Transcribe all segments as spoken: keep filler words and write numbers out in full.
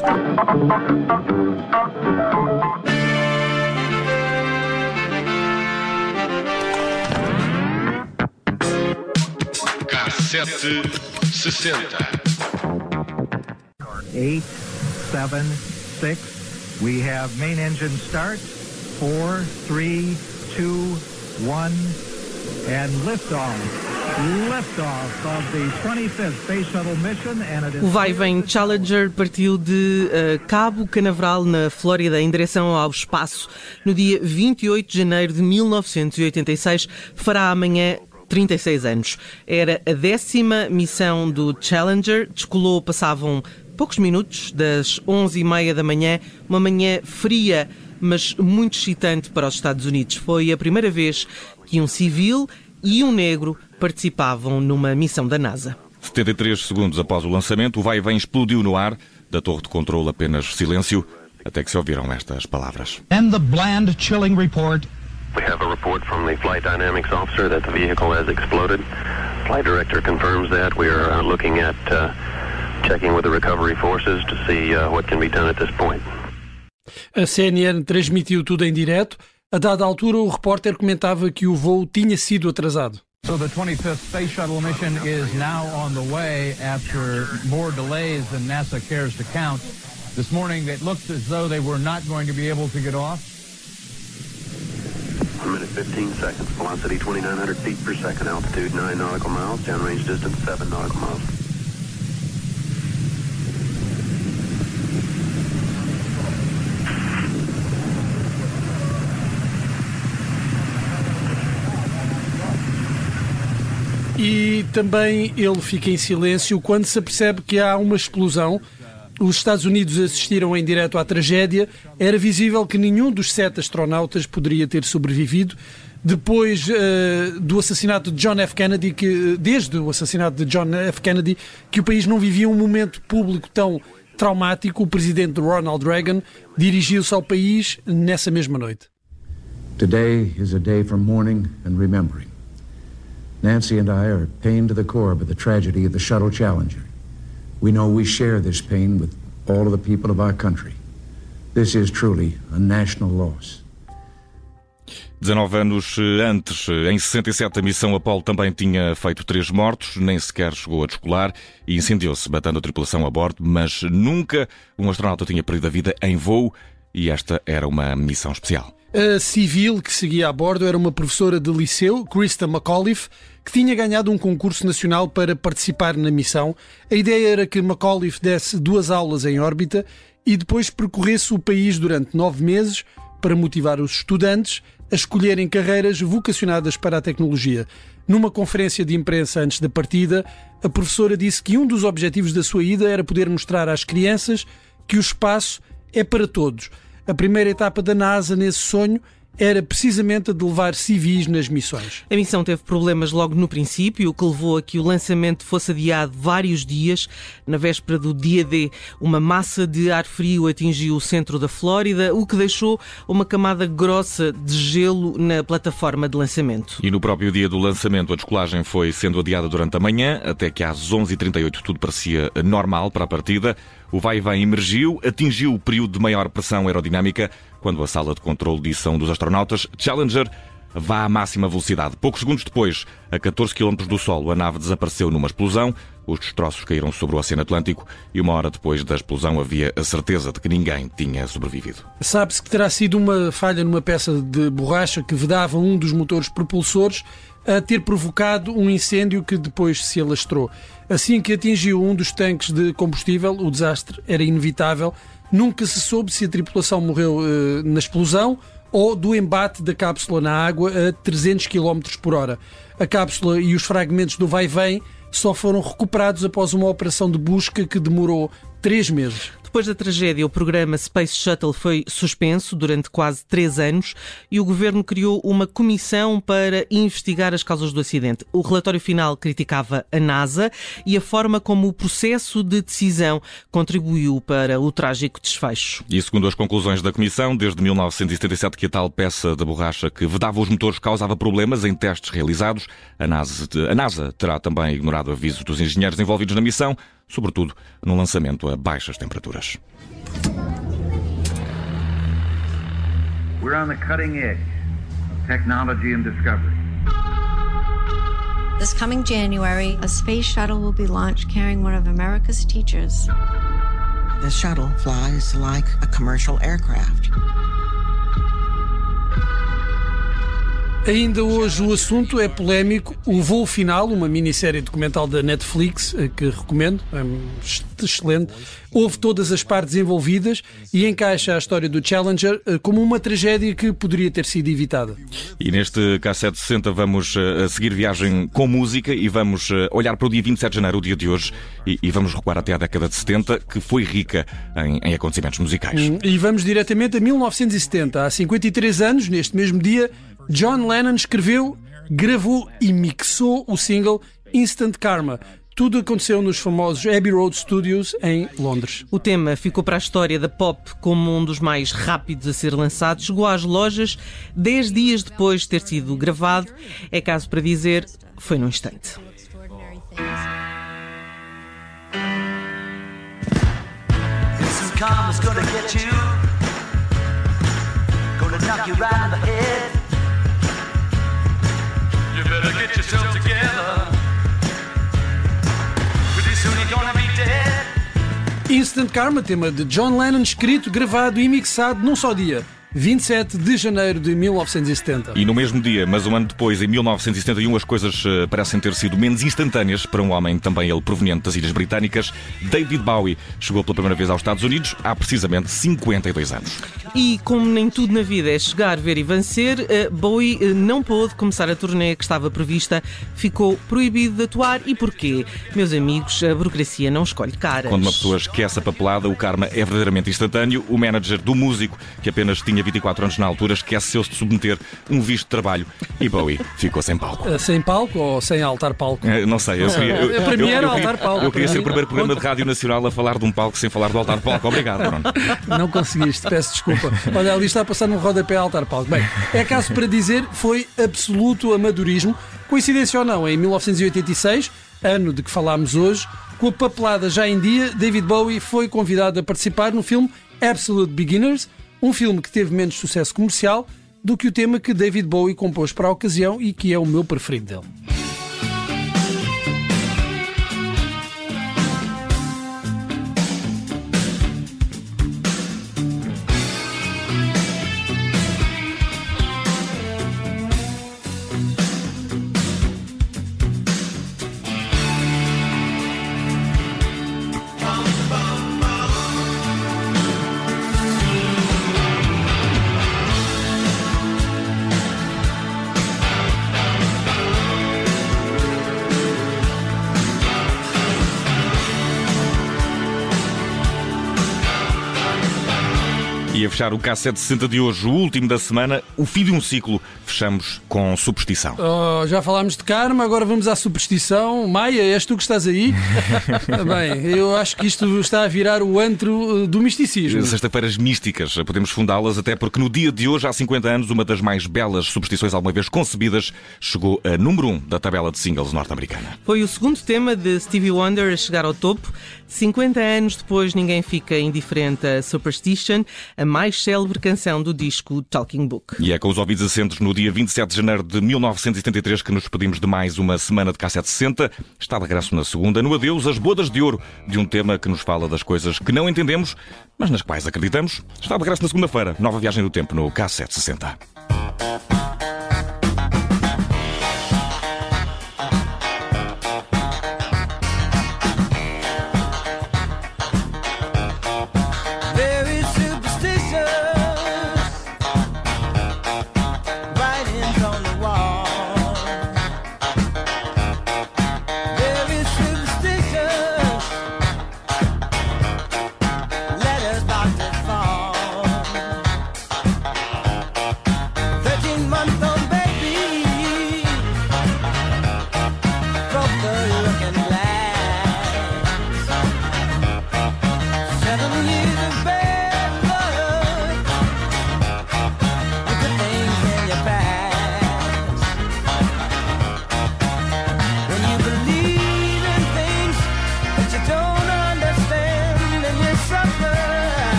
Cassete sessenta. Eight, seven, six. We have main engine start. Four, three, two, one, and liftoff. Liftoff of the twenty-fifth Space Shuttle mission. And it is... O vai-vem Challenger partiu de uh, Cabo Canaveral, na Flórida, em direção ao espaço no dia vinte e oito de janeiro de mil novecentos e oitenta e seis. Fará amanhã trinta e seis anos. Era a décima missão do Challenger. Descolou, passavam poucos minutos das onze e meia da manhã, uma manhã fria, mas muito excitante para os Estados Unidos. Foi a primeira vez que um civil e um negro participavam numa missão da NASA. setenta e três segundos após o lançamento, o vai-vem explodiu no ar. Da torre de controle apenas silêncio, até que se ouviram estas palavras. And the bland, chilling report. We have a report from the flight dynamics officer that the vehicle has exploded. Flight director confirms that. We are uh, looking at uh, checking with the recovery forces to see uh, what can be done at this point. A C N N transmitiu tudo em direto. A dada altura, o repórter comentava que o voo tinha sido atrasado. So the twenty-fifth Space Shuttle mission is now on the way after more delays than NASA cares to count. This morning it looked as though they were not going to be able to get off. one minute fifteen seconds. Velocity twenty-nine hundred feet per second. Altitude nine nautical miles. Downrange distance seven nautical miles. E também ele fica em silêncio quando se apercebe que há uma explosão. Os Estados Unidos assistiram em direto à tragédia. Era visível que nenhum dos sete astronautas poderia ter sobrevivido. Depois uh, do assassinato de John F. Kennedy, que, desde o assassinato de John F. Kennedy, que o país não vivia um momento público tão traumático, o presidente Ronald Reagan dirigiu-se ao país nessa mesma noite. Today is a day for mourning and remembering. Nancy and I are pained to the core by the tragedy of the Shuttle Challenger. We know we share this pain with all of the people of our country. This is truly a national loss. dezanove anos antes, em sessenta e sete, a missão Apollo também tinha feito três mortos, nem sequer chegou a descolar e incendiou-se, batendo a tripulação a bordo, mas nunca um astronauta tinha perdido a vida em voo e esta era uma missão especial. A civil que seguia a bordo era uma professora de liceu, Krista McAuliffe, que tinha ganhado um concurso nacional para participar na missão. A ideia era que McAuliffe desse duas aulas em órbita e depois percorresse o país durante nove meses para motivar os estudantes a escolherem carreiras vocacionadas para a tecnologia. Numa conferência de imprensa antes da partida, a professora disse que um dos objetivos da sua ida era poder mostrar às crianças que o espaço é para todos. A primeira etapa da NASA nesse sonho era precisamente a de levar civis nas missões. A missão teve problemas logo no princípio, o que levou a que o lançamento fosse adiado vários dias. Na véspera do dia D, uma massa de ar frio atingiu o centro da Flórida, o que deixou uma camada grossa de gelo na plataforma de lançamento. E no próprio dia do lançamento, a descolagem foi sendo adiada durante a manhã, até que às onze e trinta e oito tudo parecia normal para a partida. O vai-vem emergiu, atingiu o período de maior pressão aerodinâmica, quando a sala de controle disse a um dos astronautas: Challenger, vá à máxima velocidade. Poucos segundos depois, a catorze quilómetros do solo, a nave desapareceu numa explosão. Os destroços caíram sobre o Oceano Atlântico e uma hora depois da explosão havia a certeza de que ninguém tinha sobrevivido. Sabe-se que terá sido uma falha numa peça de borracha que vedava um dos motores propulsores a ter provocado um incêndio que depois se alastrou. Assim que atingiu um dos tanques de combustível, o desastre era inevitável. Nunca se soube se a tripulação morreu uh, na explosão ou do embate da cápsula na água a trezentos quilómetros por hora. A cápsula e os fragmentos do vai-vem só foram recuperados após uma operação de busca que demorou três meses. Depois da tragédia, o programa Space Shuttle foi suspenso durante quase três anos e o governo criou uma comissão para investigar as causas do acidente. O relatório final criticava a NASA e a forma como o processo de decisão contribuiu para o trágico desfecho. E segundo as conclusões da comissão, desde mil novecentos e setenta e sete que a tal peça de borracha que vedava os motores causava problemas em testes realizados. A NASA, a NASA terá também ignorado avisos dos engenheiros envolvidos na missão sobretudo no lançamento a baixas temperaturas. We're on the cutting edge of technology and discovery. This coming January, a space shuttle will be launched carrying one of America's teachers. The shuttle flies like a commercial aircraft. Ainda hoje o assunto é polémico. O Voo Final, uma minissérie documental da Netflix, que recomendo, é excelente, houve todas as partes envolvidas e encaixa a história do Challenger como uma tragédia que poderia ter sido evitada. E neste K setecentos e sessenta vamos uh, seguir viagem com música e vamos uh, olhar para o dia vinte e sete de janeiro, o dia de hoje, e, e vamos recuar até à década de setenta, que foi rica em, em acontecimentos musicais. Hum, e vamos diretamente a mil novecentos e setenta. Há cinquenta e três anos, neste mesmo dia, John Lennon escreveu, gravou e mixou o single Instant Karma. Tudo aconteceu nos famosos Abbey Road Studios em Londres. O tema ficou para a história da pop como um dos mais rápidos a ser lançado. Chegou às lojas dez dias depois de ter sido gravado. É caso para dizer, foi num instante. Instant Karma, tema de John Lennon, escrito, gravado e mixado num só dia, vinte e sete de janeiro de mil novecentos e setenta. E no mesmo dia, mas um ano depois, em mil novecentos e setenta e um, as coisas uh, parecem ter sido menos instantâneas para um homem, também ele proveniente das Ilhas Britânicas. David Bowie chegou pela primeira vez aos Estados Unidos há precisamente cinquenta e dois anos. E como nem tudo na vida é chegar, ver e vencer, uh, Bowie uh, não pôde começar a turnê que estava prevista, ficou proibido de atuar. E porquê? Meus amigos, a burocracia não escolhe caras. Quando uma pessoa esquece a papelada, o karma é verdadeiramente instantâneo. O manager do músico, que apenas tinha vinte e quatro anos na altura, esqueceu-se de submeter um visto de trabalho e Bowie ficou sem palco. Sem palco ou sem altar-palco? Não sei. Eu queria, eu, para mim era eu, eu, altar-palco. Eu queria ser o primeiro programa de rádio nacional a falar de um palco sem falar do altar-palco. Obrigado, Bruno. Não conseguiste, peço desculpa. Olha, ali está a passar num rodapé altar-palco. Bem, é caso para dizer, foi absoluto amadorismo. Coincidência ou não, em mil novecentos e oitenta e seis, ano de que falámos hoje, com a papelada já em dia, David Bowie foi convidado a participar no filme Absolute Beginners, um filme que teve menos sucesso comercial do que o tema que David Bowie compôs para a ocasião e que é o meu preferido dele. E a fechar o K setecentos e sessenta de hoje, o último da semana, o fim de um ciclo, fechamos com superstição. Oh, já falámos de karma, agora vamos à superstição. Maia, és tu que estás aí? Bem, eu acho que isto está a virar o antro do misticismo. Sexta-feiras místicas, podemos fundá-las, até porque no dia de hoje, há cinquenta anos, uma das mais belas superstições alguma vez concebidas chegou a número um da tabela de singles norte-americana. Foi o segundo tema de Stevie Wonder a chegar ao topo. cinquenta anos depois, ninguém fica indiferente a Superstition, a mais célebre canção do disco Talking Book. E é com os ouvidos assentos no dia vinte e sete de janeiro de mil novecentos e setenta e três que nos despedimos de mais uma semana de K setecentos e sessenta. Está de regresso na segunda, no adeus, as bodas de ouro de um tema que nos fala das coisas que não entendemos, mas nas quais acreditamos. Está de regresso na segunda-feira, nova viagem do tempo no K setecentos e sessenta.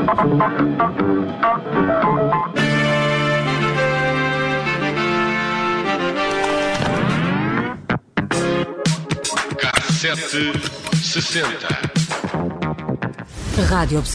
Cassete sessenta. Rádio